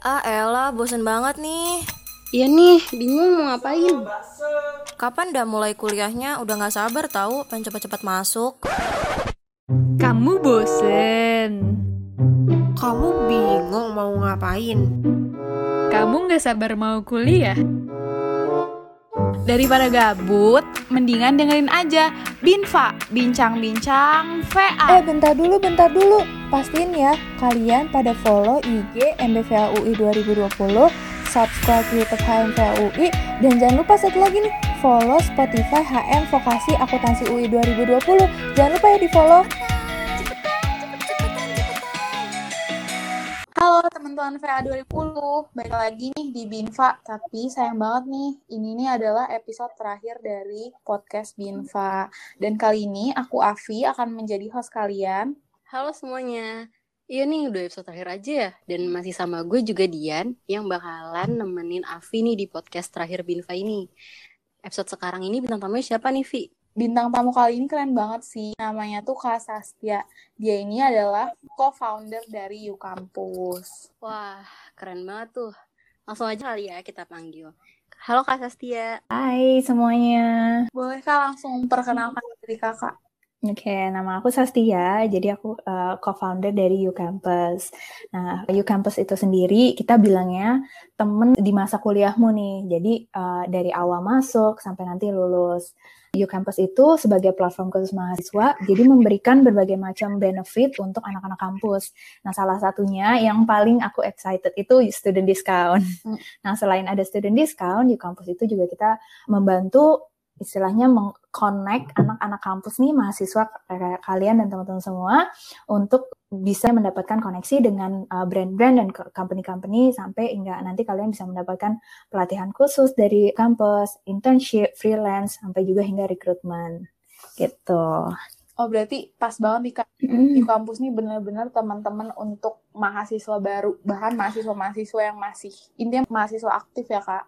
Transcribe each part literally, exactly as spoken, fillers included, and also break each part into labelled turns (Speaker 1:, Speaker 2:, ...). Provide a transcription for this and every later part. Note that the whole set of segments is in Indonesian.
Speaker 1: Ah elah, bosen banget nih.
Speaker 2: Iya nih, bingung mau ngapain.
Speaker 1: Kapan dah mulai kuliahnya? Udah gak sabar tahu, pengen cepet-cepet masuk.
Speaker 3: Kamu bosen.
Speaker 4: Kamu bingung mau ngapain.
Speaker 3: Kamu gak sabar mau kuliah. Daripada gabut, mendingan dengerin aja Binfa, bincang-bincang V A.
Speaker 5: Eh bentar dulu, bentar dulu. Pastiin ya, kalian pada follow I G M B V A U I dua ribu dua puluh, subscribe YouTube H M V A U I, dan jangan lupa satu lagi nih, follow Spotify H M Vokasi Akuntansi U I dua ribu dua puluh. Jangan lupa ya di follow. Halo teman-teman V A dua ribu dua puluh, balik lagi nih di Binfa. Tapi sayang banget nih, ini nih adalah episode terakhir dari podcast Binfa. Dan kali ini aku Afi akan menjadi host kalian.
Speaker 2: Halo semuanya. Iya nih, udah episode terakhir aja ya. Dan masih sama gue juga Dian, yang bakalan nemenin Afi nih di podcast terakhir Binfa ini. Episode sekarang ini bintang tamunya siapa nih, Vi?
Speaker 5: Bintang tamu kali ini keren banget sih. Namanya tuh Kak Sastia. Dia ini adalah co-founder dari YouCampus.
Speaker 2: Wah, keren banget tuh. Langsung aja kali ya kita panggil. Halo Kak Sastia.
Speaker 6: Hai semuanya.
Speaker 5: Boleh Kak langsung perkenalkan diri Kakak?
Speaker 6: Oke, nama aku Sastia, jadi aku uh, co-founder dari YouCampus. Nah, YouCampus itu sendiri kita bilangnya temen di masa kuliahmu nih, jadi uh, dari awal masuk sampai nanti lulus. YouCampus itu sebagai platform khusus mahasiswa, jadi memberikan berbagai macam benefit untuk anak-anak kampus. Nah, salah satunya yang paling aku excited itu student discount. Hmm. Nah, selain ada student discount, YouCampus itu juga kita membantu istilahnya meng-connect anak-anak kampus nih, mahasiswa kayak kalian dan teman-teman semua untuk bisa mendapatkan koneksi dengan uh, brand-brand dan company-company sampai hingga nanti kalian bisa mendapatkan pelatihan khusus dari kampus, internship, freelance, sampai juga hingga rekrutmen gitu.
Speaker 5: Oh berarti pas banget nih Kak, mm. di kampus nih benar-benar teman-teman untuk mahasiswa baru, bahkan mahasiswa-mahasiswa yang masih, intinya mahasiswa aktif ya Kak?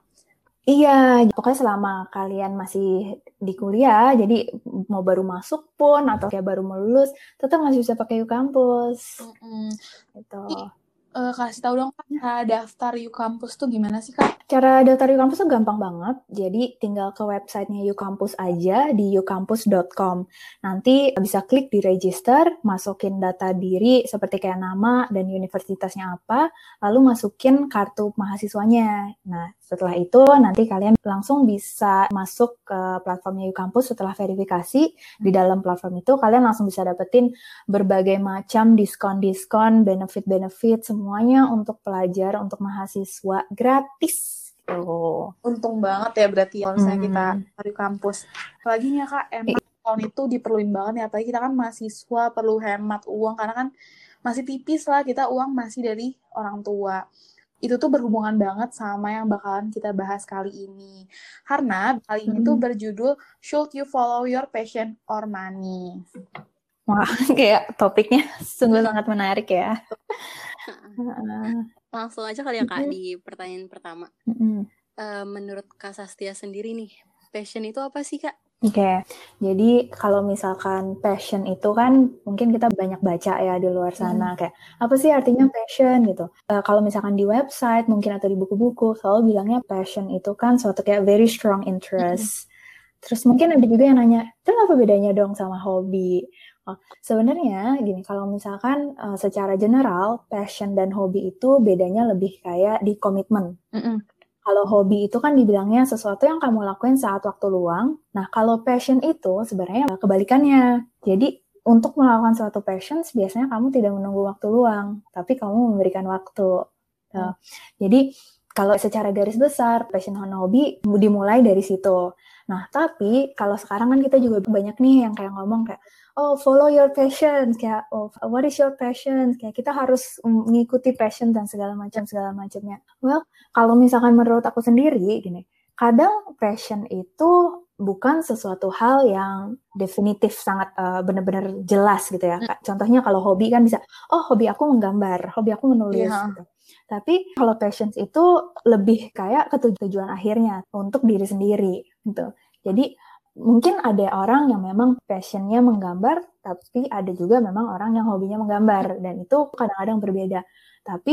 Speaker 6: Iya, pokoknya selama kalian masih di kuliah, jadi mau baru masuk pun atau kayak baru mau lulus, tetap masih bisa pakai YouCampus.
Speaker 5: Mm-hmm.
Speaker 6: Gitu.
Speaker 5: Uh, kasih tahu dong Kak, cara daftar YouCampus tuh gimana sih Kak?
Speaker 6: Cara daftar YouCampus tuh gampang banget. Jadi tinggal ke websitenya YouCampus aja di you campus dot com. Nanti bisa klik di register, masukin data diri seperti kayak nama dan universitasnya apa, lalu masukin kartu mahasiswanya. Nah, setelah itu nanti kalian langsung bisa masuk ke platformnya YouCampus setelah verifikasi. Di dalam platform itu kalian langsung bisa dapetin berbagai macam diskon-diskon, benefit-benefit, semuanya untuk pelajar, untuk mahasiswa gratis. Oh.
Speaker 5: Untung banget ya berarti kalau misalnya hmm. kita dari kampus. Apalagi nih Kak, emang tahun itu diperluin banget ya. Apalagi kita kan mahasiswa, perlu hemat uang. Karena kan masih tipis lah kita uang masih dari orang tua. Itu tuh berhubungan banget sama yang bakalan kita bahas kali ini. Karena kali ini hmm. tuh berjudul Should You Follow Your Passion or Money?
Speaker 6: Wah, kayak topiknya sungguh sangat menarik ya.
Speaker 2: Langsung aja kali ya Kak mm-hmm. di pertanyaan pertama. Mm-hmm. Uh, menurut Kak Sastia sendiri nih, passion itu apa sih Kak?
Speaker 6: Oke, okay. Jadi kalau misalkan passion itu kan mungkin kita banyak baca ya di luar sana, hmm. kayak apa sih artinya passion gitu. Uh, kalau misalkan di website mungkin atau di buku-buku selalu bilangnya passion itu kan suatu kayak very strong interest. Hmm. Terus mungkin ada juga yang nanya, itu apa bedanya dong sama hobi? Oh, sebenarnya gini, kalau misalkan uh, secara general passion dan hobi itu bedanya lebih kayak di komitmen. Mm-mm. Kalau hobi itu kan dibilangnya sesuatu yang kamu lakuin saat waktu luang. Nah, kalau passion itu sebenarnya kebalikannya. Jadi, untuk melakukan suatu passion, biasanya kamu tidak menunggu waktu luang, tapi kamu memberikan waktu. Nah, hmm. Jadi, kalau secara garis besar, passion dan hobi dimulai dari situ. Nah, tapi kalau sekarang kan kita juga banyak nih yang kayak ngomong kayak, oh, follow your passion, kayak, oh, what is your passion? Kayak kita harus mengikuti passion dan segala macam segala macamnya. Well, kalau misalkan menurut aku sendiri, gini, kadang passion itu bukan sesuatu hal yang definitif sangat uh, benar-benar jelas gitu ya. Kak. Contohnya kalau hobi kan bisa, oh, hobi aku menggambar, hobi aku menulis. Yeah. Gitu. Tapi kalau passion itu lebih kayak ke tujuan akhirnya untuk diri sendiri gitu. Jadi mungkin ada orang yang memang passionnya menggambar, tapi ada juga memang orang yang hobinya menggambar, dan itu kadang-kadang berbeda. Tapi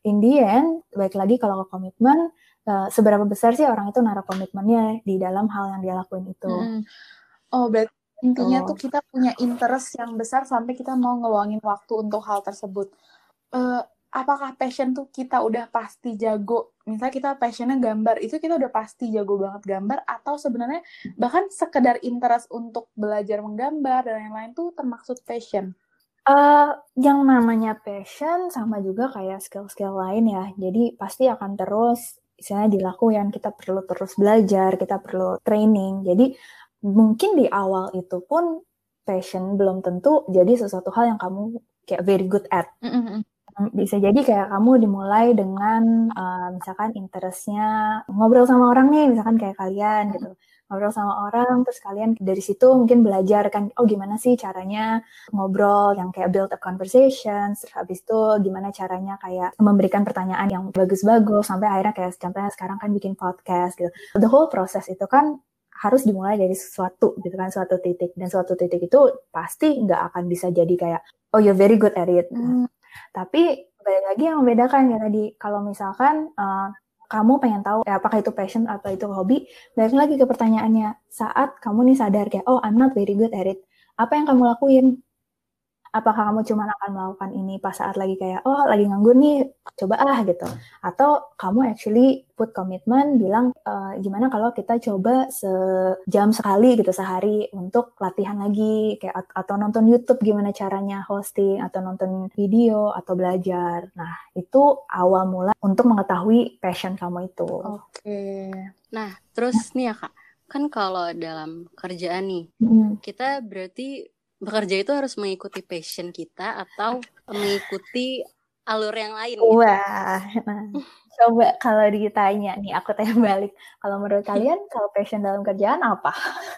Speaker 6: in the end, baik lagi kalau ke komitmen, uh, seberapa besar sih orang itu naruh komitmennya di dalam hal yang dia lakuin itu.
Speaker 5: Mm-mm. Oh, berarti intinya
Speaker 6: Oh.
Speaker 5: tuh kita punya interest yang besar sampai kita mau ngeluangin waktu untuk hal tersebut. Uh, apakah passion tuh kita udah pasti jago? Misalnya kita passionnya gambar, itu kita udah pasti jago banget gambar, atau sebenarnya bahkan sekedar interest untuk belajar menggambar dan lain-lain tuh termaksud passion?
Speaker 6: Uh, yang namanya passion sama juga kayak skill-skill lain ya. Jadi pasti akan terus misalnya dilakukan, kita perlu terus belajar, kita perlu training. Jadi mungkin di awal itu pun passion belum tentu jadi sesuatu hal yang kamu kayak very good at.
Speaker 5: Mm-mm.
Speaker 6: Bisa jadi kayak kamu dimulai dengan uh, misalkan interestnya ngobrol sama orang nih, misalkan kayak kalian gitu. Ngobrol sama orang, terus kalian dari situ mungkin belajar kan, oh gimana sih caranya ngobrol yang kayak build up conversations, terus habis itu gimana caranya kayak memberikan pertanyaan yang bagus-bagus, sampai akhirnya kayak contohnya sekarang kan bikin podcast gitu. The whole process itu kan harus dimulai dari sesuatu gitu kan, suatu titik. Dan suatu titik itu pasti nggak akan bisa jadi kayak, oh you're very good at it.
Speaker 5: Mm.
Speaker 6: Tapi balik lagi yang membedakan ya tadi, kalau misalkan uh, kamu pengen tahu ya, apakah itu passion atau itu hobi, balik lagi ke pertanyaannya, saat kamu nih sadar kayak, oh I'm not very good at it, apa yang kamu lakuin? Apakah kamu cuma akan melakukan ini pas saat lagi kayak, oh lagi nganggur nih, coba ah gitu. Atau kamu actually put komitmen, bilang, e, gimana kalau kita coba sejam sekali gitu sehari untuk latihan lagi, kayak atau nonton YouTube gimana caranya hosting, atau nonton video, atau belajar. Nah, itu awal mula untuk mengetahui passion kamu itu.
Speaker 5: Oke.
Speaker 2: Nah, terus nih ya Kak, kan kalau dalam kerjaan nih,
Speaker 6: Hmm.
Speaker 2: kita berarti bekerja itu harus mengikuti passion kita atau mengikuti alur yang lain gitu?
Speaker 6: Wah, nah, coba kalau ditanya nih, aku tanya balik. Kalau menurut kalian, kalau passion dalam kerjaan apa?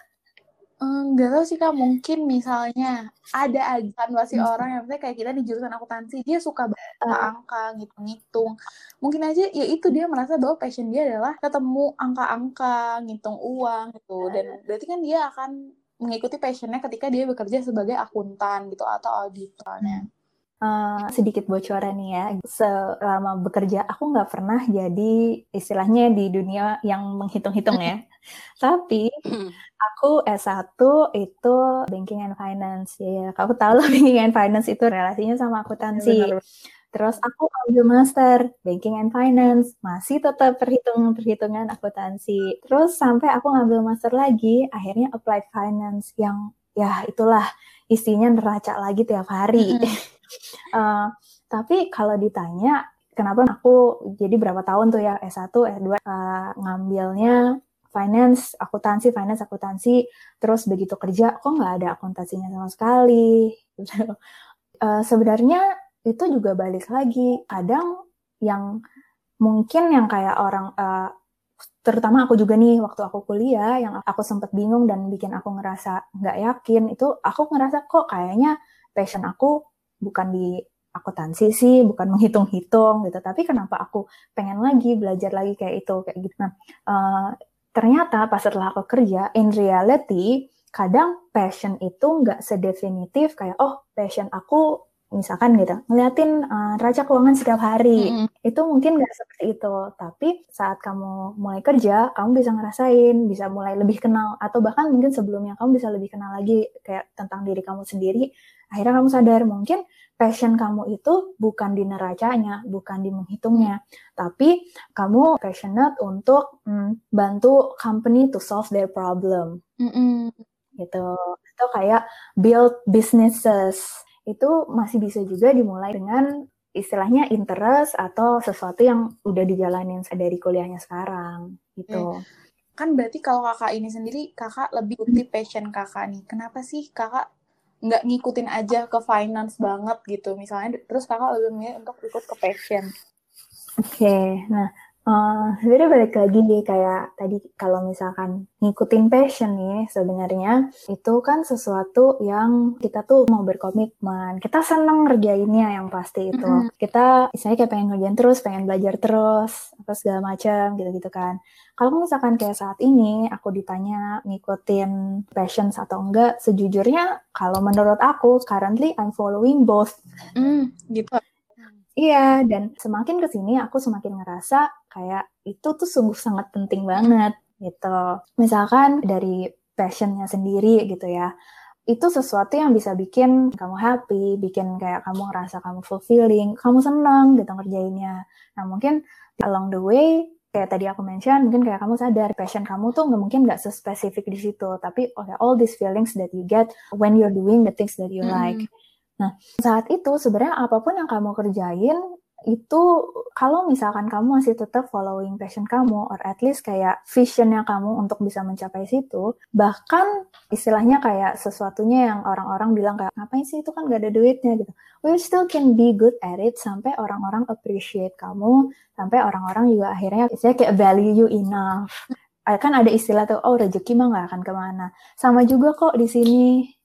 Speaker 5: Enggak tahu sih Kak, mungkin misalnya ada aja kan pasti orang yang misalnya kayak kita di jurusan akuntansi, dia suka banget
Speaker 6: Uh,
Speaker 5: angka, ngitung-ngitung. Mungkin aja ya itu dia merasa bahwa passion dia adalah ketemu angka-angka, ngitung uang gitu. Dan berarti kan dia akan mengikuti passionnya ketika dia bekerja sebagai akuntan gitu atau auditornya.
Speaker 6: uh, sedikit bocoran nih ya, selama bekerja aku nggak pernah jadi istilahnya di dunia yang menghitung-hitung ya. Tapi aku S satu itu banking and finance. Ya, kamu tahu lah banking and finance itu relasinya sama akuntansi.
Speaker 5: Benar.
Speaker 6: Terus aku ambil master banking and finance, masih tetap perhitungan-perhitungan akuntansi. Terus sampai aku ngambil master lagi, akhirnya applied finance yang ya itulah isinya neraca lagi tiap hari. uh, tapi kalau ditanya kenapa aku jadi berapa tahun tuh ya S satu, S dua uh, ngambilnya finance, akuntansi, finance, akuntansi, terus begitu kerja kok nggak ada akuntansinya sama sekali. uh, sebenarnya itu juga balik lagi, kadang yang mungkin yang kayak orang, uh, terutama aku juga nih waktu aku kuliah, yang aku sempat bingung dan bikin aku ngerasa nggak yakin, itu aku ngerasa kok kayaknya passion aku bukan di akuntansi sih, bukan menghitung-hitung gitu, tapi kenapa aku pengen lagi belajar lagi kayak itu, kayak gitu. Nah, uh, ternyata pas setelah aku kerja, in reality, kadang passion itu nggak sedefinitif kayak, oh passion aku misalkan gitu, ngeliatin uh, neraca keuangan setiap hari,
Speaker 5: Mm-mm.
Speaker 6: itu mungkin nggak seperti itu. Tapi saat kamu mulai kerja, kamu bisa ngerasain, bisa mulai lebih kenal, atau bahkan mungkin sebelumnya kamu bisa lebih kenal lagi kayak tentang diri kamu sendiri. Akhirnya kamu sadar mungkin passion kamu itu bukan di neracanya, bukan di menghitungnya, tapi kamu passionate untuk mm, bantu company to solve their problem,
Speaker 5: Mm-mm.
Speaker 6: gitu. Atau kayak build businesses. Itu masih bisa juga dimulai dengan istilahnya interest atau sesuatu yang udah dijalanin dari kuliahnya sekarang gitu.
Speaker 5: Kan berarti kalau kakak ini sendiri, kakak lebih ikuti passion kakak nih. Kenapa sih kakak nggak ngikutin aja ke finance banget gitu misalnya, terus kakak lebih memilih untuk ikut ke passion?
Speaker 6: Oke, okay. Nah Uh, sebenarnya balik lagi kayak tadi, kalau misalkan ngikutin passion nih, sebenarnya itu kan sesuatu yang kita tuh mau berkomitmen, kita seneng ngerjainnya yang pasti itu. Mm-hmm. Kita misalnya kayak pengen ngerjain terus, pengen belajar terus, apa segala macam gitu-gitu kan. Kalau misalkan kayak saat ini aku ditanya ngikutin passion atau enggak, sejujurnya kalau menurut aku currently I'm following both.
Speaker 5: Mm, gitu.
Speaker 6: Iya, dan semakin kesini aku semakin ngerasa kayak itu tuh sungguh sangat penting banget gitu. Misalkan dari passionnya sendiri gitu ya, itu sesuatu yang bisa bikin kamu happy, bikin kayak kamu ngerasa kamu fulfilling, kamu senang gitu ngerjainnya. Nah mungkin along the way, kayak tadi aku mention, mungkin kayak kamu sadar passion kamu tuh nggak mungkin nggak sespesifik di situ, tapi okay, all these feelings that you get when you're doing the things that you like.
Speaker 2: Mm-mm.
Speaker 6: Nah, saat itu sebenarnya apapun yang kamu kerjain, itu kalau misalkan kamu masih tetap following passion kamu, or at least kayak visionnya kamu untuk bisa mencapai situ, bahkan istilahnya kayak sesuatunya yang orang-orang bilang kayak, ngapain sih itu kan gak ada duitnya gitu. We still can be good at it sampai orang-orang appreciate kamu, sampai orang-orang juga akhirnya istilahnya kayak value you enough. Kan ada istilah tuh, oh rezeki mah gak akan kemana. Sama juga kok di sini.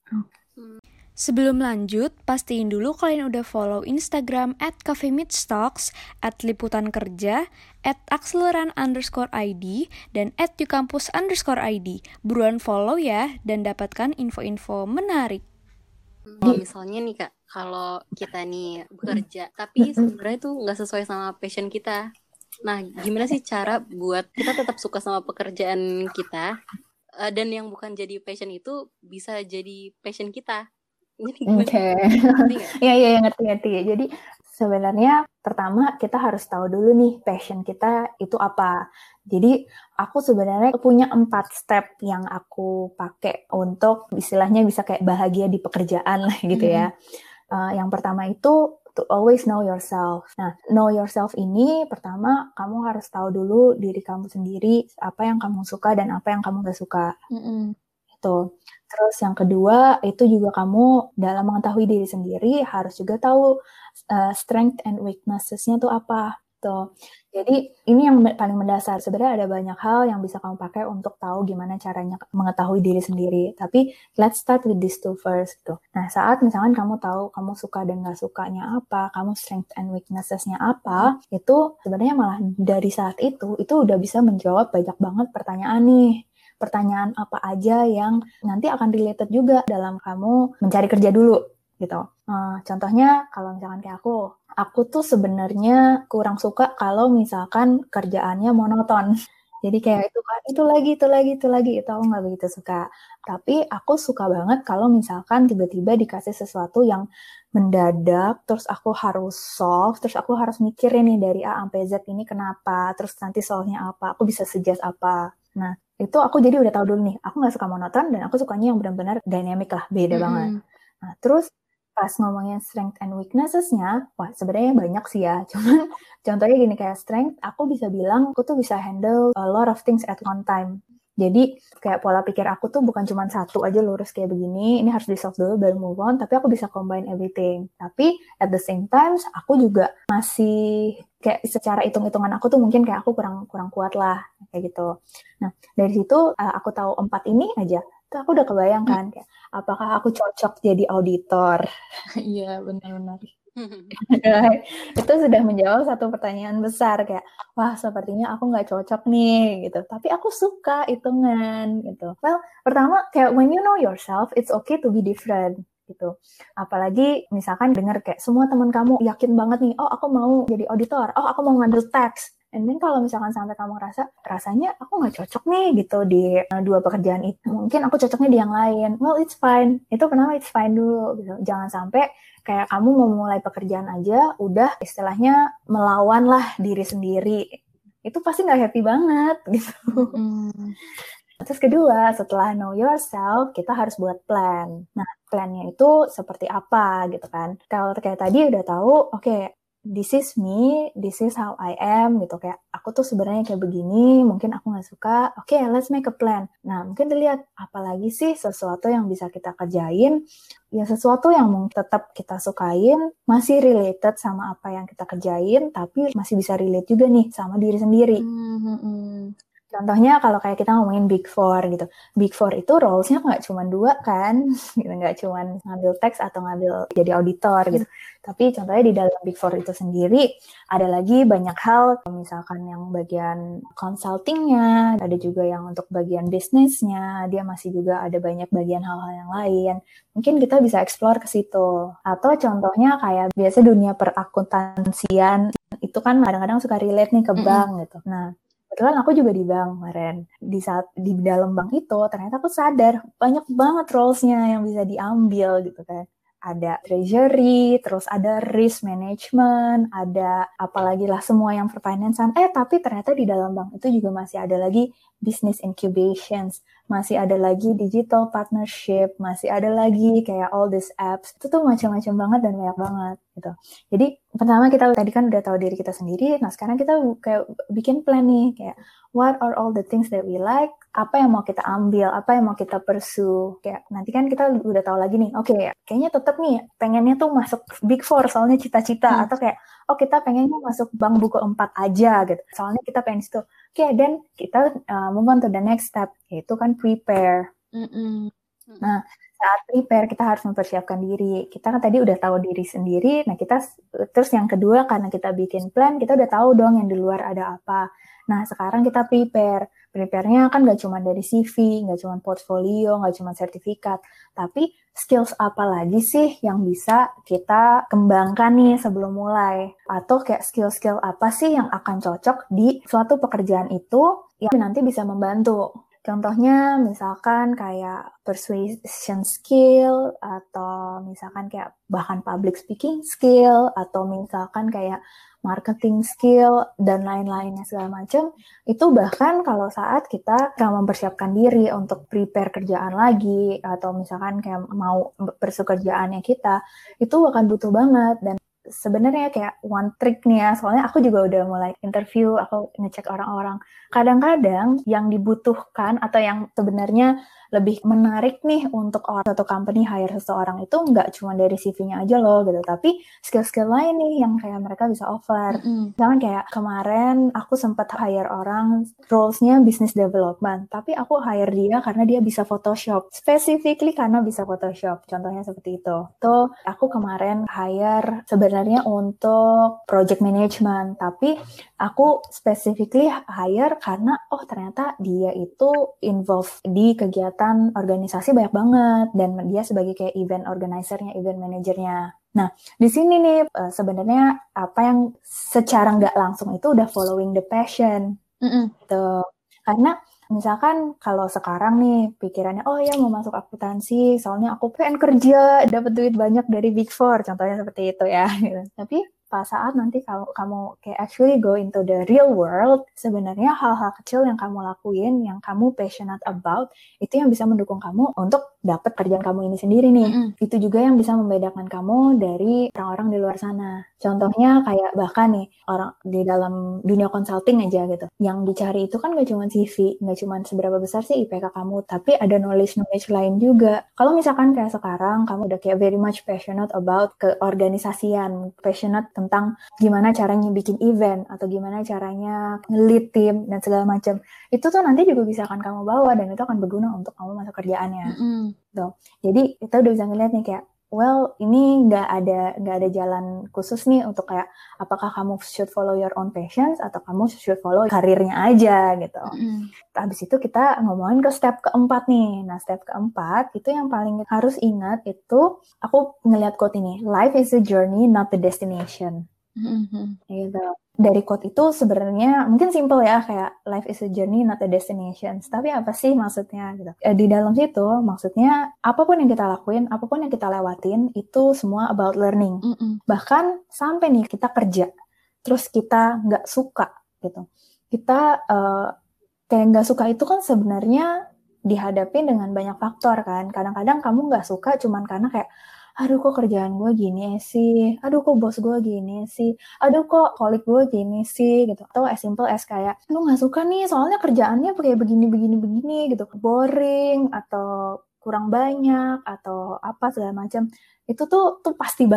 Speaker 7: Sebelum lanjut, pastiin dulu kalian udah follow Instagram at cafemeetstalks, at liputan kerja, at akseleran underscore id, dan at yukampus underscore id. Buruan follow ya, dan dapatkan info-info menarik.
Speaker 2: Kalau misalnya nih Kak, kalau kita nih bekerja, tapi sebenarnya tuh nggak sesuai sama passion kita. Nah, gimana sih cara buat kita tetap suka sama pekerjaan kita, uh, dan yang bukan jadi passion itu bisa jadi passion kita?
Speaker 6: Oke, ya ya ngerti-ngerti. Jadi sebenarnya pertama kita harus tahu dulu nih passion kita itu apa. Jadi aku sebenarnya punya empat step yang aku pakai untuk istilahnya bisa kayak bahagia di pekerjaan lah gitu ya. Mm-hmm. Uh, yang pertama itu to always know yourself. Nah, know yourself ini pertama kamu harus tahu dulu diri kamu sendiri, apa yang kamu suka dan apa yang kamu gak suka. Mm-hmm. Itu. Terus yang kedua itu juga kamu dalam mengetahui diri sendiri harus juga tahu uh, strength and weaknesses-nya tuh apa. Tuh. Jadi ini yang paling mendasar. Sebenarnya ada banyak hal yang bisa kamu pakai untuk tahu gimana caranya mengetahui diri sendiri. Tapi let's start with these two first. Tuh. Nah saat misalkan kamu tahu kamu suka dan gak sukanya apa, kamu strength and weaknesses-nya apa, itu sebenarnya malah dari saat itu, itu udah bisa menjawab banyak banget pertanyaan nih. Pertanyaan apa aja yang nanti akan related juga dalam kamu mencari kerja dulu gitu. Uh, contohnya kalau misalkan kayak aku, aku tuh sebenarnya kurang suka kalau misalkan kerjaannya monoton. Jadi kayak itu kan itu lagi itu lagi itu lagi itu aku nggak begitu suka. Tapi aku suka banget kalau misalkan tiba-tiba dikasih sesuatu yang mendadak, terus aku harus solve, terus aku harus mikirin nih dari A sampai Z ini kenapa, terus nanti solve-nya apa, aku bisa suggest apa. Nah itu aku jadi udah tahu dulu nih, aku nggak suka monoton dan aku sukanya yang benar-benar dynamic lah, beda mm-hmm. banget. Nah terus pas ngomongin strength and weaknesses-nya, wah sebenarnya banyak sih ya, cuman contohnya gini kayak strength, aku bisa bilang aku tuh bisa handle a lot of things at one time. Jadi kayak pola pikir aku tuh bukan cuma satu aja lurus kayak begini, ini harus di-solve dulu baru move on, tapi aku bisa combine everything. Tapi at the same time aku juga masih kayak secara hitung-hitungan aku tuh mungkin kayak aku kurang kurang kuat lah kayak gitu. Nah dari situ aku tahu empat ini aja, tuh aku udah kebayang kan kayak apakah aku cocok jadi auditor?
Speaker 5: Iya benar-benar.
Speaker 6: Itu sudah menjawab satu pertanyaan besar kayak wah sepertinya aku nggak cocok nih gitu, tapi aku suka hitungan gitu. Well pertama kayak when you know yourself it's okay to be different gitu. Apalagi misalkan dengar kayak semua teman kamu yakin banget nih, oh aku mau jadi auditor, oh aku mau ngambil tax. And then kalau misalkan sampai kamu ngerasa, rasanya aku nggak cocok nih gitu di uh, dua pekerjaan itu. Mungkin aku cocoknya di yang lain. Well, it's fine. Itu pertama it's fine dulu. Gitu. Jangan sampai kayak kamu mau mulai pekerjaan aja, udah istilahnya melawan lah diri sendiri. Itu pasti nggak happy banget gitu. Mm. Terus kedua, setelah know yourself, kita harus buat plan. Nah, plannya itu seperti apa gitu kan. Kalau kayak tadi udah tahu, oke, okay, this is me, this is how I am gitu. Kayak aku tuh sebenarnya kayak begini, mungkin aku gak suka. Oke, okay, let's make a plan. Nah, mungkin dilihat apalagi sih sesuatu yang bisa kita kerjain. Ya sesuatu yang tetap kita sukain, masih related sama apa yang kita kerjain, tapi masih bisa relate juga nih sama diri sendiri. Mm-hmm. Contohnya kalau kayak kita ngomongin Big Four gitu. Big Four itu roles-nya nggak cuma dua kan, gitu. Nggak cuma ngambil teks atau ngambil jadi auditor gitu. Tapi contohnya di dalam Big Four itu sendiri ada lagi banyak hal, misalkan yang bagian consulting-nya, ada juga yang untuk bagian bisnisnya, dia masih juga ada banyak bagian hal-hal yang lain. Mungkin kita bisa explore ke situ. Atau contohnya kayak biasa dunia perakuntansian, itu kan kadang-kadang suka relate nih ke bank gitu. Nah, kebetulan aku juga di bank kemarin. Di saat di dalam bank itu ternyata aku sadar banyak banget roles-nya yang bisa diambil gitu kan. Ada treasury, terus ada risk management, ada apalagi lah semua yang perfinancean. Eh tapi ternyata di dalam bank itu juga masih ada lagi business incubations, masih ada lagi digital partnership, masih ada lagi kayak all these apps. Itu tuh macam-macam banget dan banyak banget gitu. Jadi pertama kita tadi kan udah tahu diri kita sendiri, nah sekarang kita kayak bikin plan nih kayak what are all the things that we like, apa yang mau kita ambil, apa yang mau kita pursue. Kayak nanti kan kita udah tahu lagi nih, oke okay, kayaknya tetap nih pengennya tuh masuk Big Four soalnya cita-cita, hmm. atau kayak oh kita pengennya masuk bank buku empat aja gitu, soalnya kita pengen situ. Oke, okay, dan kita uh, move on to the next step, yaitu kan prepare. Mm-mm. Nah, saat prepare kita harus mempersiapkan diri. Kita kan tadi udah tahu diri sendiri, nah kita terus yang kedua karena kita bikin plan, kita udah tahu dong yang di luar ada apa. Nah, sekarang kita prepare. Prepare-nya kan gak cuma dari C V, gak cuma portfolio, gak cuma sertifikat, tapi skills apa lagi sih yang bisa kita kembangkan nih sebelum mulai? Atau kayak skill-skill apa sih yang akan cocok di suatu pekerjaan itu yang nanti bisa membantu? Contohnya misalkan kayak persuasion skill, atau misalkan kayak bahkan public speaking skill, atau misalkan kayak marketing skill, dan lain-lainnya segala macam. Itu bahkan kalau saat kita mempersiapkan diri untuk prepare kerjaan lagi, atau misalkan kayak mau pursue kerjaannya kita, itu akan butuh banget. Dan sebenarnya kayak one trick nih ya, soalnya aku juga udah mulai interview, aku ngecek orang-orang. Kadang-kadang yang dibutuhkan atau yang sebenarnya lebih menarik nih untuk orang atau company hire seseorang itu nggak cuma dari C V-nya aja loh gitu, tapi skill-skill lain nih yang kayak mereka bisa offer. Mm-hmm. Misalkan kayak kemarin aku sempat hire orang roles-nya business development, tapi aku hire dia karena dia bisa Photoshop, specifically karena bisa Photoshop. Contohnya seperti itu. Tuh aku kemarin hire sebenarnya untuk project management, tapi aku specifically hire karena oh ternyata dia itu involved di kegiatan organisasi banyak banget, dan dia sebagai kayak event organizer-nya, event manajernya. Nah, di sini nih sebenarnya apa yang secara nggak langsung itu udah following the passion. Gitu. Karena misalkan kalau sekarang nih pikirannya, oh ya mau masuk akuntansi, soalnya aku pengen kerja, dapat duit banyak dari Big Four, contohnya seperti itu ya. Tapi pas saat nanti kalau kamu kayak actually go into the real world, sebenarnya hal-hal kecil yang kamu lakuin, yang kamu passionate about, itu yang bisa mendukung kamu untuk dapat kerjaan kamu ini sendiri nih. Mm-hmm. Itu juga yang bisa membedakan kamu dari orang-orang di luar sana. Contohnya kayak bahkan nih, orang di dalam dunia consulting aja gitu. Yang dicari itu kan gak cuma C V, gak cuma seberapa besar sih I P K kamu, tapi ada knowledge-knowledge lain juga. Kalau misalkan kayak sekarang, kamu udah kayak very much passionate about keorganisasian, passionate tentang gimana caranya bikin event, atau gimana caranya nge-lead tim, dan segala macam. Itu tuh nanti juga bisa akan kamu bawa, dan itu akan berguna untuk kamu masuk kerjaannya. Mm-hmm. Tuh. Jadi kita udah bisa ngeliat nih kayak, well, ini nggak ada nggak ada jalan khusus nih untuk kayak apakah kamu should follow your own passions atau kamu should follow karirnya aja gitu. Mm. Habis itu kita ngomongin ke step keempat nih. Nah, step keempat itu yang paling harus ingat itu, aku ngeliat quote ini, life is a journey, not the destination. Mm-hmm. Gitu. Dari quote itu sebenarnya mungkin simple ya, kayak life is a journey not a destination. Tapi apa sih maksudnya gitu? E, di dalam situ maksudnya apapun yang kita lakuin, apapun yang kita lewatin itu semua about learning. Mm-mm. Bahkan sampai nih kita kerja, terus kita nggak suka gitu. Kita uh, kayak nggak suka itu kan sebenarnya dihadapin dengan banyak faktor kan. Kadang-kadang kamu nggak suka cuman karena kayak aduh kok kerjaan gue gini sih, aduh kok bos gue gini sih, aduh kok kolik gue gini sih gitu. Atau as simple as kayak lu gak suka nih soalnya kerjaannya kayak begini-begini-begini gitu, boring atau kurang banyak atau apa segala macam. Itu tuh tuh pasti banget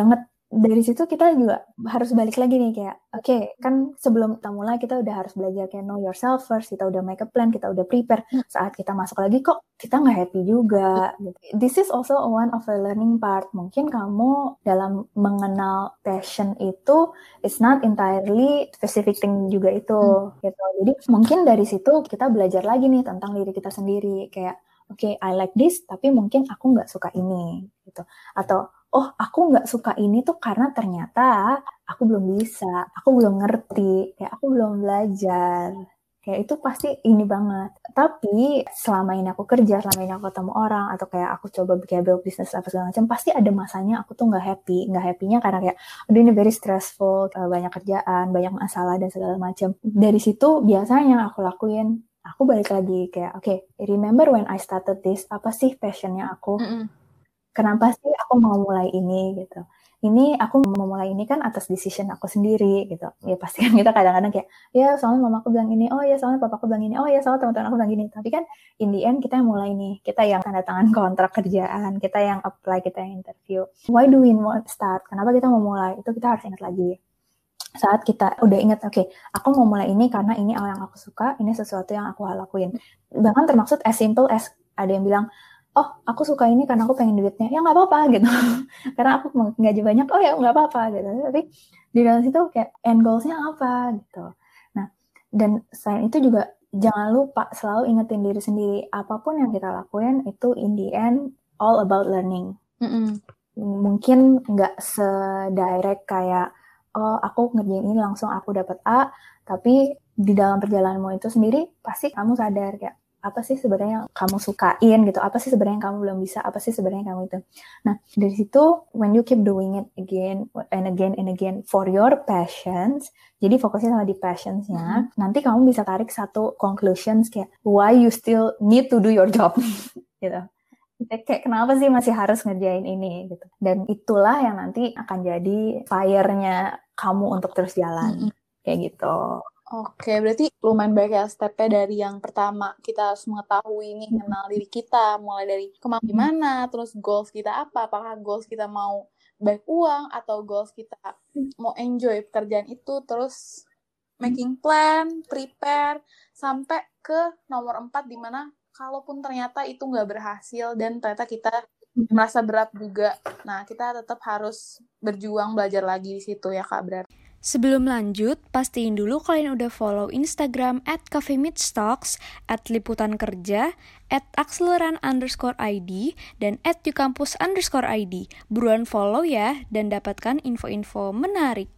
Speaker 6: dari situ kita juga harus balik lagi nih kayak, oke, okay, kan sebelum kita mulai kita udah harus belajar kayak know yourself first, kita udah make a plan, kita udah prepare. Saat kita masuk lagi kok kita nggak happy juga. Gitu. This is also one of the learning part. Mungkin kamu dalam mengenal passion itu, it's not entirely specific thing juga itu. Hmm. Gitu. Jadi mungkin dari situ kita belajar lagi nih tentang diri kita sendiri. Kayak, oke, okay, I like this, tapi mungkin aku nggak suka ini. Gitu. Atau oh, aku nggak suka ini tuh karena ternyata aku belum bisa, aku belum ngerti, kayak aku belum belajar. Kayak itu pasti ini banget. Tapi selama ini aku kerja, selama ini aku ketemu orang, atau kayak aku coba kayak build business apa segala macam, pasti ada masanya aku tuh nggak happy. Nggak happy-nya karena kayak, aduh ini very stressful, banyak kerjaan, banyak masalah, dan segala macam. Dari situ biasanya yang aku lakuin, aku balik lagi kayak, oke, okay, remember when I started this, apa sih passionnya aku? Mm-mm. Kenapa sih aku mau mulai ini gitu? Ini aku mau mulai ini kan atas decision aku sendiri gitu. Ya pasti kan kita kadang-kadang kayak, ya soalnya mama aku bilang ini, oh ya soalnya papa aku bilang ini, oh ya soalnya teman-teman aku bilang gini. Tapi kan in the end kita yang mulai nih, kita yang tanda tangan kontrak kerjaan, kita yang apply, kita yang interview. Why do we want start? Kenapa kita mau mulai? Itu kita harus ingat lagi. Saat kita udah ingat, oke, okay, aku mau mulai ini karena ini yang aku suka, ini sesuatu yang aku lakuin. Bahkan termaksud as simple as ada yang bilang, oh, aku suka ini karena aku pengen duitnya. Ya nggak apa-apa gitu. Karena aku gaji banyak, oh ya nggak apa-apa gitu. Tapi di dalam situ kayak end goals-nya apa gitu. Nah, dan selain itu juga jangan lupa selalu ingetin diri sendiri. Apapun yang kita lakuin itu in the end all about learning. Mm-mm. Mungkin nggak se-direct kayak, oh aku ngerjain ini langsung aku dapat A. Tapi di dalam perjalananmu itu sendiri pasti kamu sadar kayak, apa sih sebenarnya yang kamu sukain gitu, apa sih sebenarnya yang kamu belum bisa, apa sih sebenarnya yang kamu itu. Nah, dari situ when you keep doing it again and again and again for your passions, jadi fokusnya sama di passions-nya, mm-hmm. nanti kamu bisa tarik satu conclusions kayak why you still need to do your job gitu. Kayak kenapa sih masih harus ngerjain ini gitu. Dan itulah yang nanti akan jadi fire-nya kamu untuk terus jalan. Mm-hmm. Kayak gitu.
Speaker 5: Oke, berarti lumayan banyak ya step-nya dari yang pertama kita harus mengetahui nih, kenal diri kita, mulai dari kemampuan gimana, terus goals kita apa, apakah goals kita mau baik uang atau goals kita mau enjoy pekerjaan itu, terus making plan, prepare, sampai ke nomor empat di mana kalaupun ternyata itu nggak berhasil dan ternyata kita merasa berat juga, nah kita tetap harus berjuang belajar lagi di situ ya Kak berarti.
Speaker 7: Sebelum lanjut, pastiin dulu kalian udah follow Instagram at cafemeetstocks, at liputan kerja, at akseleran underscore id, dan at yukampus underscore id. Buruan follow ya, dan dapatkan info-info menarik.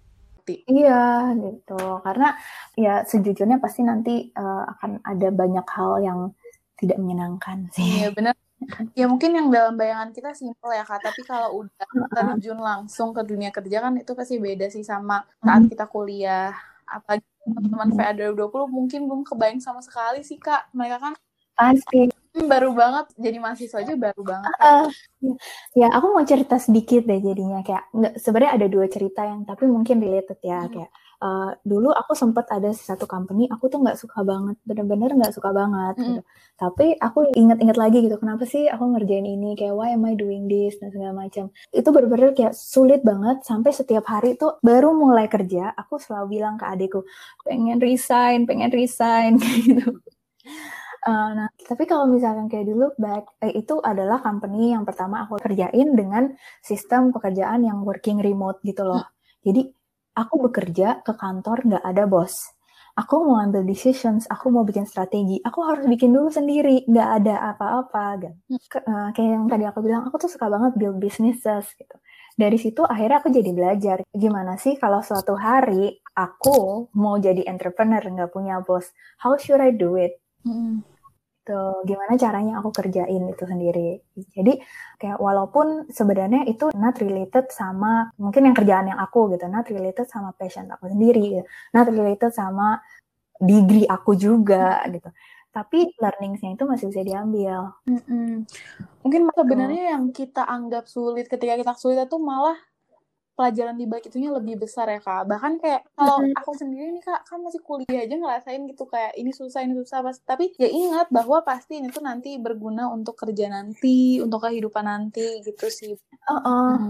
Speaker 6: Iya, gitu. Karena ya sejujurnya pasti nanti uh, akan ada banyak hal yang tidak menyenangkan sih.
Speaker 5: Iya, benar. Ya mungkin yang dalam bayangan kita simpel ya Kak, tapi kalau udah terjun langsung ke dunia kerja kan itu pasti beda sih sama saat kita kuliah. Apalagi teman-teman V A dua ribu dua puluh mungkin belum kebayang sama sekali sih Kak. Mereka kan
Speaker 6: pasti
Speaker 5: baru banget, jadi mahasiswa aja baru banget.
Speaker 6: Uh, ya aku mau cerita sedikit deh jadinya kayak nggak, sebenarnya ada dua cerita yang tapi mungkin related ya. Hmm. Kayak uh, dulu aku sempat ada satu company aku tuh nggak suka banget, bener-bener nggak suka banget. Hmm. Gitu. Tapi aku ingat-ingat lagi gitu, kenapa sih aku ngerjain ini, kayak why am I doing this dan segala macam. Itu bener-bener kayak sulit banget sampai setiap hari tuh baru mulai kerja aku selalu bilang ke adikku pengen resign, pengen resign gitu. Uh, nah, tapi kalau misalkan kayak dulu back, eh, itu adalah company yang pertama aku kerjain dengan sistem pekerjaan yang working remote gitu loh. Jadi aku bekerja ke kantor nggak ada bos. Aku mau ambil decisions, aku mau bikin strategi, aku harus bikin dulu sendiri, nggak ada apa-apa. Kan. Ke, uh, kayak yang tadi aku bilang, aku tuh suka banget build businesses gitu. Dari situ akhirnya aku jadi belajar gimana sih kalau suatu hari aku mau jadi entrepreneur nggak punya bos, how should I do it? Hmm. Tuh, gimana caranya aku kerjain itu sendiri. Jadi kayak walaupun sebenarnya itu not related sama mungkin yang kerjaan yang aku gitu, not related sama passion aku sendiri, gitu. Not related sama degree aku juga gitu. Tapi learningsnya itu masih bisa diambil.
Speaker 5: Mm-mm. Mungkin sebenarnya yang kita anggap sulit ketika kita sulit itu malah pelajaran di balik itunya lebih besar ya Kak. Bahkan kayak kalau aku sendiri nih Kak, kan masih kuliah aja ngerasain gitu kayak ini susah, ini susah. Pas. Tapi ya ingat bahwa pasti ini tuh nanti berguna untuk kerja nanti, untuk kehidupan nanti gitu sih.
Speaker 6: Oh, oh. Hmm.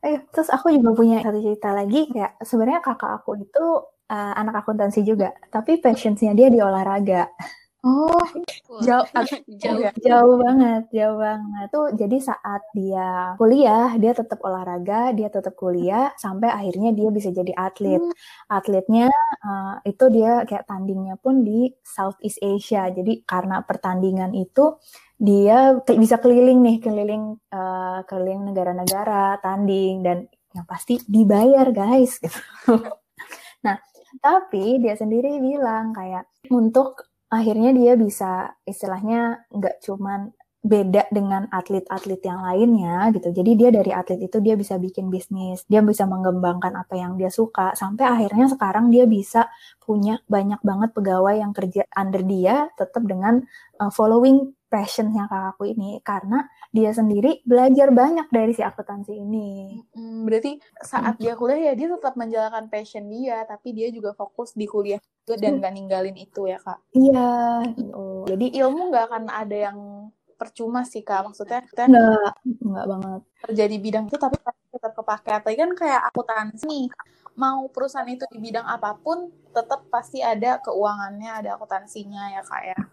Speaker 6: Eh, terus aku juga punya satu cerita lagi, kayak sebenarnya kakak aku itu uh, anak akuntansi juga, tapi passion-nya dia di olahraga.
Speaker 5: Oh,
Speaker 2: Wah,
Speaker 5: jauh,
Speaker 2: jauh.
Speaker 5: ya.
Speaker 6: Jauh banget, jauh banget. Tuh jadi saat dia kuliah, dia tetap olahraga, dia tetap kuliah, sampai akhirnya dia bisa jadi atlet.
Speaker 5: Hmm.
Speaker 6: Atletnya uh, itu dia kayak tandingnya pun di Southeast Asia. Jadi karena pertandingan itu dia ke- bisa keliling nih, keliling uh, keliling negara-negara, tanding, dan yang pasti dibayar guys. Gitu. Nah, tapi dia sendiri bilang kayak untuk akhirnya dia bisa istilahnya nggak cuman beda dengan atlet-atlet yang lainnya gitu. Jadi dia dari atlet itu dia bisa bikin bisnis, dia bisa mengembangkan apa yang dia suka, sampai akhirnya sekarang dia bisa punya banyak banget pegawai yang kerja under dia tetap dengan uh, following passionnya kakakku ini, karena dia sendiri belajar banyak dari si akuntansi ini.
Speaker 5: Hmm, berarti saat dia kuliah ya dia tetap menjalankan passion dia, tapi dia juga fokus di kuliah juga dan gak ninggalin itu ya Kak.
Speaker 6: Iya. Oh.
Speaker 5: Jadi ilmu gak akan ada yang percuma sih Kak. Maksudnya kita
Speaker 6: Enggak, enggak banget.
Speaker 5: kerja di bidang itu tapi pasti tetap kepake. Tadi kan kayak akuntansi nih, mau perusahaan itu di bidang apapun tetap pasti ada keuangannya, ada akuntansinya ya Kak ya.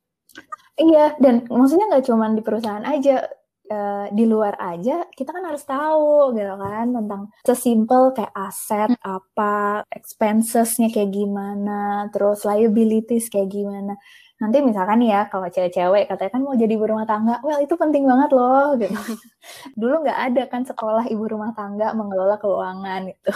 Speaker 6: Iya, dan maksudnya nggak cuma di perusahaan aja, uh, di luar aja kita kan harus tahu gitu kan tentang sesimpel kayak aset apa, expensesnya kayak gimana, terus liabilities kayak gimana. Nanti misalkan ya kalau cewek-cewek katanya kan mau jadi ibu rumah tangga, well itu penting banget loh gitu. Dulu nggak ada kan sekolah ibu rumah tangga mengelola keuangan gitu.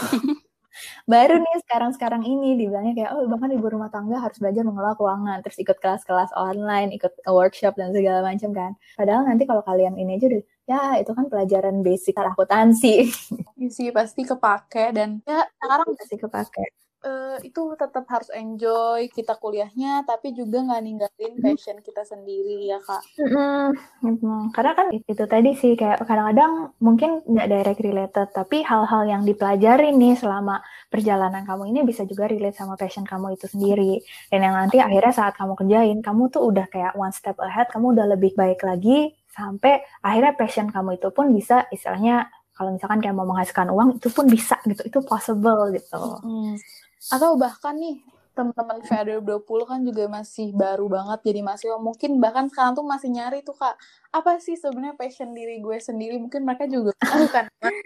Speaker 6: Baru nih sekarang-sekarang ini dibilangnya kayak oh bahkan ibu rumah tangga harus belajar mengelola keuangan, terus ikut kelas-kelas online, ikut workshop dan segala macam kan. Padahal nanti kalau kalian ini aja udah ya itu kan pelajaran basic akuntansi.
Speaker 5: Isi pasti kepake dan ya sekarang
Speaker 6: pasti kepake.
Speaker 5: Uh, itu tetap harus enjoy kita kuliahnya, tapi juga nggak ninggalin passion kita sendiri ya Kak.
Speaker 6: Mm-hmm. Karena kan itu tadi sih kayak kadang-kadang mungkin nggak direct related, tapi hal-hal yang dipelajari nih selama perjalanan kamu ini bisa juga relate sama passion kamu itu sendiri. Dan yang nanti akhirnya saat kamu kerjain, kamu tuh udah kayak one step ahead, kamu udah lebih baik lagi, sampai akhirnya passion kamu itu pun bisa istilahnya kalau misalkan kayak mau menghasilkan uang itu pun bisa gitu, itu possible gitu.
Speaker 5: Hmm. Atau bahkan nih teman-teman V A dua ribu dua puluh kan juga masih baru banget jadi mahasiswa, mungkin bahkan sekarang tuh masih nyari tuh Kak apa sih sebenarnya passion diri gue sendiri, mungkin mereka juga tahu kan.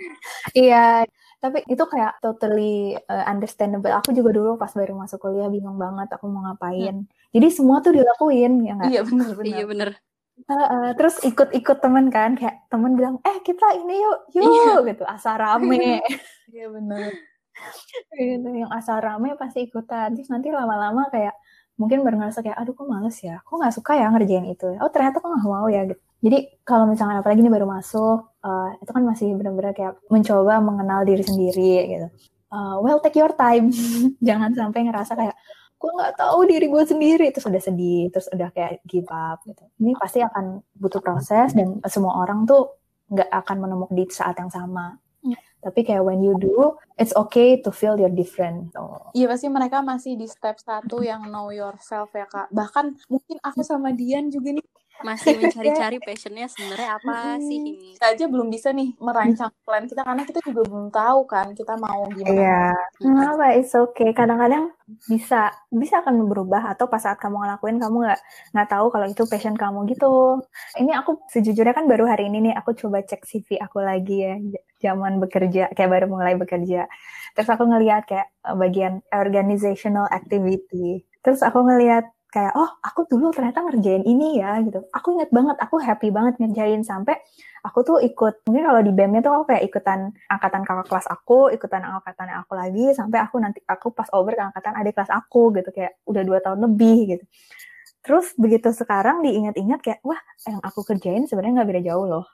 Speaker 6: Iya, tapi itu kayak totally uh, understandable. Aku juga dulu pas baru masuk kuliah bingung banget aku mau ngapain, hmm. jadi semua tuh dilakuin ya nggak?
Speaker 5: Iya benar-benar.
Speaker 2: Iya benar.
Speaker 6: Uh, uh, terus ikut-ikut temen kan, kayak temen bilang eh kita ini yuk yuk iya. Gitu asal rame.
Speaker 5: Iya benar.
Speaker 6: Gitu, yang asal rame pasti ikutan, terus nanti lama-lama kayak mungkin baru ngerasa kayak aduh kok males ya, kok nggak suka ya ngerjain itu, oh ternyata kok nggak mau ya gitu. Jadi kalau misalnya apalagi ini baru masuk, uh, itu kan masih benar-benar kayak mencoba mengenal diri sendiri gitu. Uh, well take your time, jangan sampai ngerasa kayak gue nggak tahu diri gue sendiri, terus udah sedih, terus udah kayak give up gitu. Ini pasti akan butuh proses dan semua orang tuh nggak akan menemukan di saat yang sama. Tapi kayak when you do, it's okay to feel you're different. Oh.
Speaker 5: Iya pasti mereka masih di step satu yang know yourself ya Kak. Bahkan mungkin aku sama Dian juga nih
Speaker 2: masih mencari-cari passionnya sebenarnya apa sih ini.
Speaker 5: Kita aja belum bisa nih merancang plan kita karena kita juga belum tahu kan kita mau gimana.
Speaker 6: Iya. Kenapa? It's okay. Kadang-kadang bisa bisa akan berubah atau pas saat kamu ngelakuin kamu nggak nggak tahu kalau itu passion kamu gitu. Ini aku sejujurnya kan baru hari ini nih aku coba cek C V aku lagi ya. Zaman bekerja, kayak baru mulai bekerja. Terus aku ngelihat kayak bagian organizational activity. Terus aku ngelihat kayak, oh aku dulu ternyata ngerjain ini ya gitu. Aku inget banget, aku happy banget ngerjain sampai aku tuh ikut, mungkin kalau di B E M-nya tuh aku kayak ikutan angkatan kakak kelas aku, ikutan angkatan aku lagi, sampai aku nanti aku pas over ke angkatan adik kelas aku gitu, kayak udah dua tahun lebih gitu. Terus begitu sekarang diingat-ingat kayak, wah yang aku kerjain sebenarnya nggak beda jauh loh.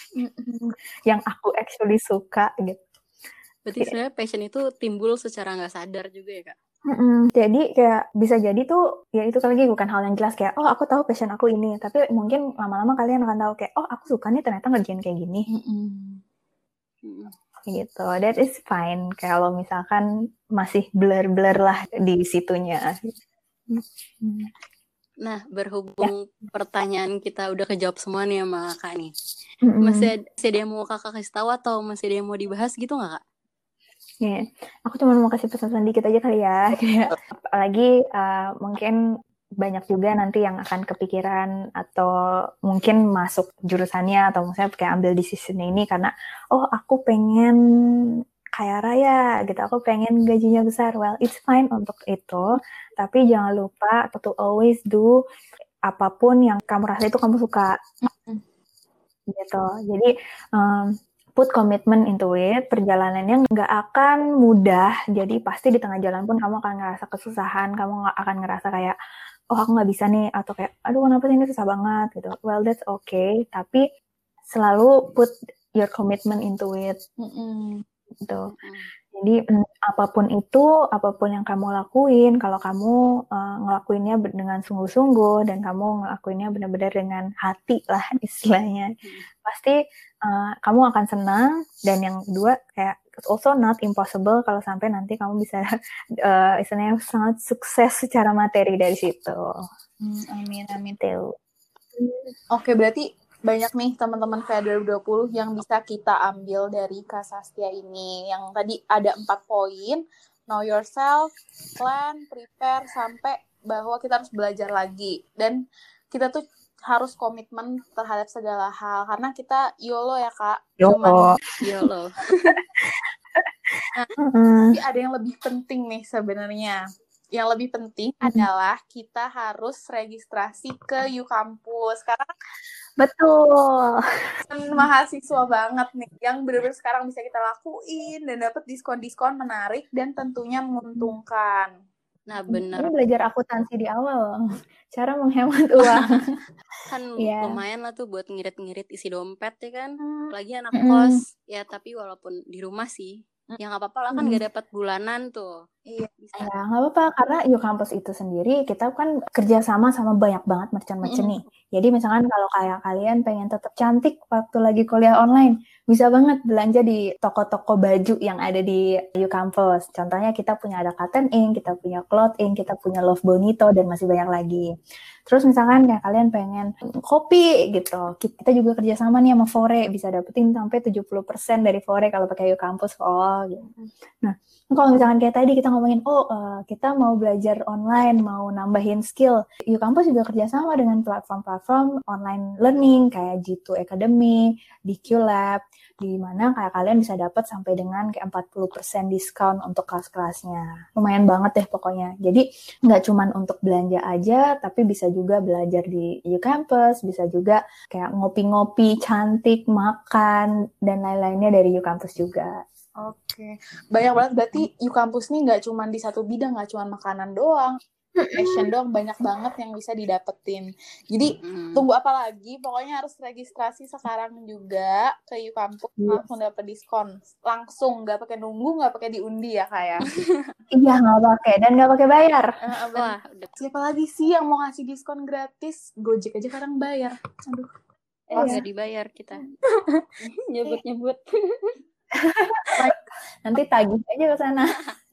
Speaker 6: Yang aku actually suka gitu.
Speaker 2: Berarti sebenarnya passion itu timbul secara nggak sadar juga ya Kak?
Speaker 6: Mm-mm. Jadi kayak bisa jadi tuh ya itu lagi bukan hal yang jelas kayak oh aku tahu passion aku ini, tapi mungkin lama-lama kalian akan tahu kayak oh aku suka nih ternyata ngerjain kayak gini. Mm-mm. Gitu, that is fine kalau misalkan masih blur-blur lah di situnya.
Speaker 2: Nah berhubung ya. Pertanyaan kita udah kejawab semua nih sama Kak nih.
Speaker 6: Mm-mm.
Speaker 2: Masih ada, masih ada yang mau kakak kasih tahu atau masih ada yang mau dibahas gitu nggak kak?
Speaker 6: Iya, aku cuma mau kasih pesan dikit aja kali ya. Kayak, apalagi uh, mungkin banyak juga nanti yang akan kepikiran atau mungkin masuk jurusannya atau misalnya kayak ambil decision ini karena oh aku pengen kaya raya gitu, aku pengen gajinya besar. Well, it's fine untuk itu, tapi jangan lupa to always do apapun yang kamu rasa itu kamu suka. Gitu. Jadi um, put commitment into it, perjalanannya nggak akan mudah, jadi pasti di tengah jalan pun kamu akan ngerasa kesusahan, kamu nggak akan ngerasa kayak, oh aku nggak bisa nih, atau kayak, aduh kenapa sih ini susah banget, gitu. Well, that's okay, tapi selalu put your commitment into it,
Speaker 5: Mm-mm.
Speaker 6: gitu. Jadi apapun itu, apapun yang kamu lakuin, kalau kamu uh, ngelakuinnya dengan sungguh-sungguh dan kamu ngelakuinnya benar-benar dengan hati lah istilahnya, hmm. pasti uh, kamu akan senang. Dan yang kedua kayak it's also not impossible kalau sampai nanti kamu bisa uh, istilahnya sangat sukses secara materi dari situ.
Speaker 5: Hmm, amin amin.
Speaker 6: Tuh.
Speaker 5: Oke, berarti banyak nih teman-teman V A dua ribu dua puluh yang bisa kita ambil dari Kak Sastia ini. Yang tadi ada empat poin, know yourself, plan, prepare, sampai bahwa kita harus belajar lagi. Dan kita tuh harus komitmen terhadap segala hal. Karena kita YOLO ya Kak.
Speaker 6: YOLO.
Speaker 5: Cuman
Speaker 2: YOLO.
Speaker 5: Nah, tapi ada yang lebih penting nih sebenarnya. Yang lebih penting mm-hmm. adalah kita harus registrasi ke YouCampus. Karena
Speaker 6: betul.
Speaker 5: Mahasiswa banget nih yang benar-benar sekarang bisa kita lakuin dan dapat diskon-diskon menarik dan tentunya menguntungkan.
Speaker 2: Nah, benar.
Speaker 6: Ini belajar akuntansi di awal. Cara menghemat uang.
Speaker 2: Kan yeah. lumayan lah tuh buat ngirit-ngirit isi dompet ya kan. Apalagi anak mm. kos. Ya tapi walaupun di rumah sih. Ya nggak apa-apa lah kan nggak dapat bulanan tuh.
Speaker 5: Iya.
Speaker 6: Ya nggak apa-apa karena YouCampus itu sendiri kita kan kerjasama sama banyak banget merchant-merchant nih. Jadi misalkan kalau kayak kalian pengen tetap cantik waktu lagi kuliah online, bisa banget belanja di toko-toko baju yang ada di YouCampus. Contohnya kita punya ada Cotton Ink, kita punya Cloth Ink, kita punya Love Bonito dan masih banyak lagi. Terus misalkan kayak kalian pengen kopi gitu, kita juga kerjasama nih sama Fore, bisa dapetin sampai tujuh puluh persen dari Fore kalau pakai YouCampus oh gitu. Nah, kalau misalkan kayak tadi kita ngomongin, oh uh, kita mau belajar online, mau nambahin skill, YouCampus juga kerjasama dengan platform-platform online learning kayak G two Academy, D Q Lab, di mana kayak kalian bisa dapat sampai dengan kayak empat puluh persen diskon untuk kelas-kelasnya. Lumayan banget deh pokoknya. Jadi nggak cuman untuk belanja aja, tapi bisa juga belajar di YouCampus, bisa juga kayak ngopi-ngopi, cantik, makan, dan lain-lainnya dari YouCampus juga.
Speaker 5: Oke, banyak banget berarti YouCampus nih nggak cuma di satu bidang, nggak cuma makanan doang, fashion doang, banyak banget yang bisa didapetin. Jadi mm. tunggu apa lagi? Pokoknya harus registrasi sekarang juga ke YouCampus, langsung dapat diskon, langsung nggak pakai nunggu, nggak pakai diundi ya kayak.
Speaker 6: Iya nggak pakai dan nggak pakai bayar.
Speaker 5: Uh, Wah, siapa lagi sih yang mau ngasih diskon gratis? Gojek aja kadang bayar. Aduh,
Speaker 2: eh nggak ya. Dibayar kita. Nyebut-nyebut.
Speaker 6: Nanti tagih aja ke sana.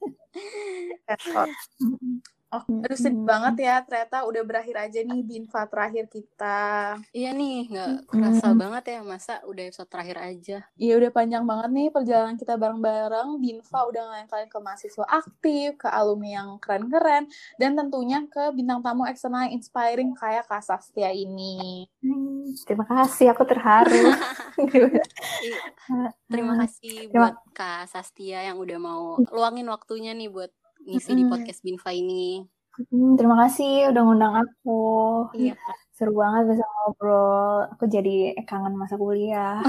Speaker 5: Oh, aduh sedih banget ya, ternyata udah berakhir aja nih Binfa terakhir kita.
Speaker 2: Iya nih, nggak kerasa hmm. banget ya, masa udah episode terakhir aja.
Speaker 5: Iya udah panjang banget nih perjalanan kita bareng-bareng. Binfa udah ngelain kalian ke mahasiswa aktif, ke alumni yang keren-keren, dan tentunya ke bintang tamu eksternal yang inspiring kayak Kak Sastia ini.
Speaker 6: Hmm, terima kasih, aku terharu.
Speaker 2: Terima kasih terima. buat Kak Sastia yang udah mau luangin waktunya nih buat ngisi di podcast Binfa ini.
Speaker 6: Hmm, terima kasih udah ngundang aku.
Speaker 2: Iya.
Speaker 6: Seru banget bisa ngobrol. Aku jadi kangen masa kuliah.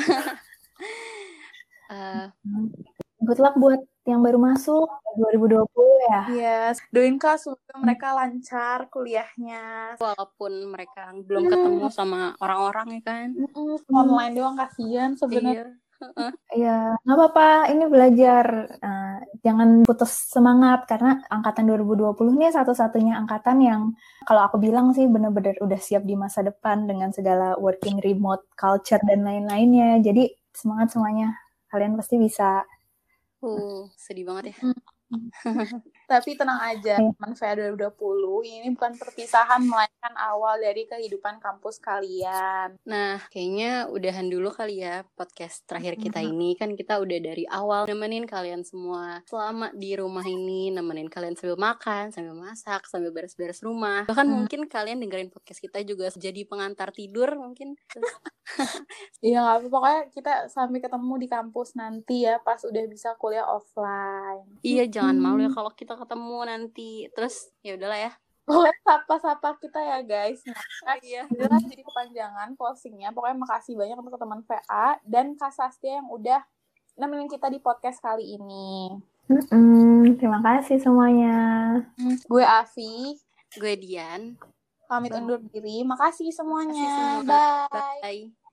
Speaker 2: uh,
Speaker 6: Good luck buat yang baru masuk dua ribu dua puluh ya.
Speaker 5: Yes. Doain Kak semoga mereka lancar kuliahnya.
Speaker 2: Walaupun mereka belum ketemu sama orang-orang ya kan.
Speaker 5: Online doang kasihan sebenarnya.
Speaker 2: Iya. Uh-uh.
Speaker 6: Ya, nggak apa-apa. Ini belajar. Uh, jangan putus semangat karena angkatan dua ribu dua puluh ini satu-satunya angkatan yang kalau aku bilang sih benar-benar udah siap di masa depan dengan segala working remote culture dan lain-lainnya. Jadi semangat semuanya. Kalian pasti bisa.
Speaker 2: Uh, sedih banget ya.
Speaker 5: Tapi tenang aja,
Speaker 6: Iya.
Speaker 5: teman V A dua ribu dua puluh, ini bukan perpisahan, melainkan awal dari kehidupan kampus kalian.
Speaker 2: Nah, kayaknya udahan dulu kali ya podcast terakhir kita ini. Kan kita udah dari awal nemenin kalian semua selama di rumah ini, nemenin kalian sambil makan, sambil masak, sambil beres-beres rumah. Bahkan
Speaker 5: Hmm.
Speaker 2: mungkin kalian dengerin podcast kita juga jadi pengantar tidur mungkin. Terus,
Speaker 5: Iya nggak apa, pokoknya kita sampai ketemu di kampus nanti ya, pas udah bisa kuliah offline.
Speaker 2: iya, jangan malu ya kalau kita ketemu nanti. Terus ya udahlah ya.
Speaker 5: Boleh sapa-sapa kita ya guys. Nah,
Speaker 2: Iya.
Speaker 5: udah jadi kepanjangan closingnya. Pokoknya makasih banyak untuk teman V A dan Kak Sastia yang udah nemenin kita di podcast kali ini.
Speaker 6: Mm-mm, terima kasih semuanya.
Speaker 5: Hmm, Gue Afi,
Speaker 2: Gue Dian.
Speaker 5: pamit undur diri. Makasih semuanya.
Speaker 2: Makasih semua.
Speaker 5: Bye.
Speaker 2: Bye.